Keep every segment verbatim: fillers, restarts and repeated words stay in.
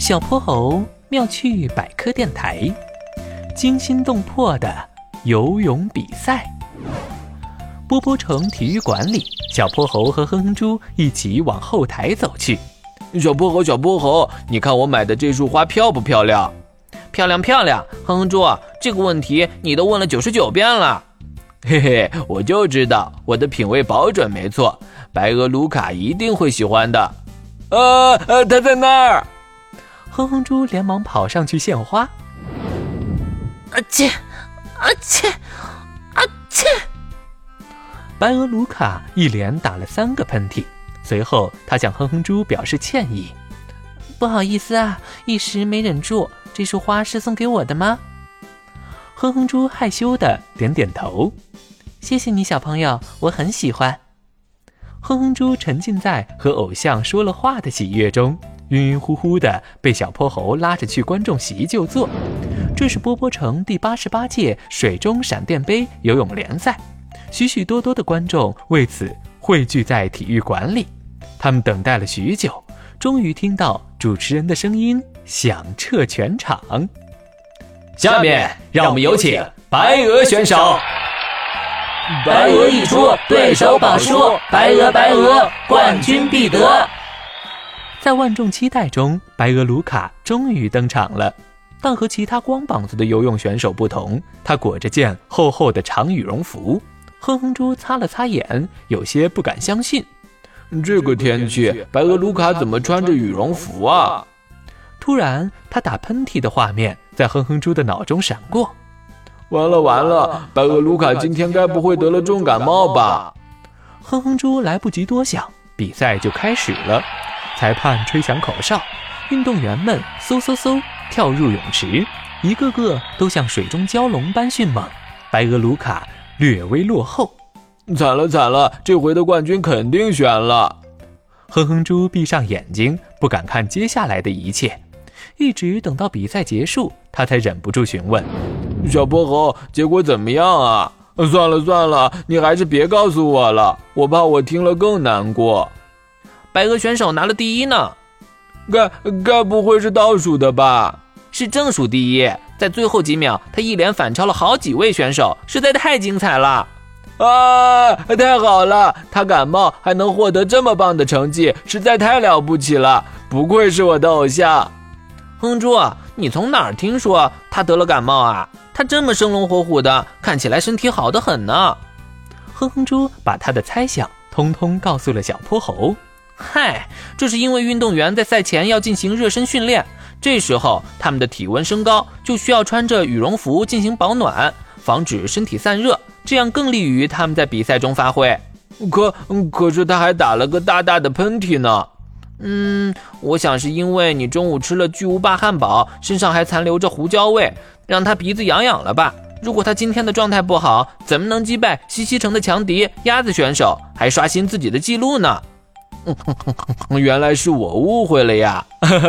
小泼猴妙趣百科电台，惊心动魄的游泳比赛。波波城体育馆里，小泼猴和哼哼猪一起往后台走去。 小泼猴，小泼猴，你看我买的这束花漂不漂亮？ 漂亮漂亮。哼哼猪，这个问题你都问了九十九遍了。 嘿嘿，我就知道我的品味保准没错，白鹅卢卡一定会喜欢的。呃呃，他在那儿！ 哼哼猪连忙跑上去献花。 啊切，啊切，啊切！ 白鹅卢卡一连打了三个喷嚏，随后他向哼哼猪表示歉意：“ 不好意思啊，一时没忍住。这束花是送给我的吗？” 哼哼猪害羞地点点头：“ 谢谢你，小朋友，我很喜欢。” 哼哼猪沉浸在和偶像说了话的喜悦中，晕晕乎乎的被小泼猴拉着去观众席就坐。这是波波城第八十八届水中闪电杯游泳联赛，许许多多的观众为此汇聚在体育馆里。他们等待了许久，终于听到主持人的声音响彻全场。 下面让我们有请白鹅选手。 白鹅一出，对手保输，白鹅白鹅，冠军必得。 在万众期待中，白鹅卢卡终于登场了。但和其他光膀子的游泳选手不同，他裹着件厚厚的长羽绒服。哼哼猪擦了擦眼，有些不敢相信。 这个天气，白鹅卢卡怎么穿着羽绒服啊？ 突然，他打喷嚏的画面在哼哼猪的脑中闪过。 完了完了，白鹅卢卡今天该不会得了重感冒吧？ 哼哼猪来不及多想，比赛就开始了。裁判吹响口哨，运动员们嗖嗖嗖跳入泳池，一个个都像水中蛟龙般迅猛。白鹅卢卡略微落后。 惨了惨了，这回的冠军肯定悬了。 哼哼猪闭上眼睛，不敢看接下来的一切。一直等到比赛结束，他才忍不住询问： 小泼猴，结果怎么样啊？算了算了，你还是别告诉我了，我怕我听了更难过。 白鹅选手拿了第一呢。 该该不会是倒数的吧？ 是正数第一，在最后几秒他一连反超了好几位选手，实在太精彩了啊！太好了，他感冒还能获得这么棒的成绩，实在太了不起了，不愧是我的偶像。 哼猪，你从哪儿听说他得了感冒啊？他这么生龙活虎的，看起来身体好得很呢。 哼哼猪把他的猜想通通告诉了小泼猴。 嗨，这是因为运动员在赛前要进行热身训练，这时候他们的体温升高，就需要穿着羽绒服进行保暖，防止身体散热，这样更利于他们在比赛中发挥。 可可是他还打了个大大的喷嚏呢。 嗯，我想是因为你中午吃了巨无霸汉堡，身上还残留着胡椒味，让他鼻子痒痒了吧。如果他今天的状态不好，怎么能击败西西城的强敌鸭子选手，还刷新自己的记录呢？ 原来是我误会了呀。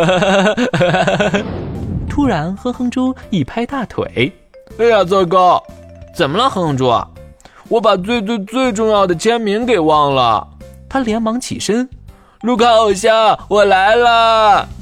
突然哼哼猪一拍大腿， 哎呀糟糕！ 怎么了哼哼猪？ 我把最最最重要的签名给忘了。 他连忙起身， 卢卡偶像，我来了。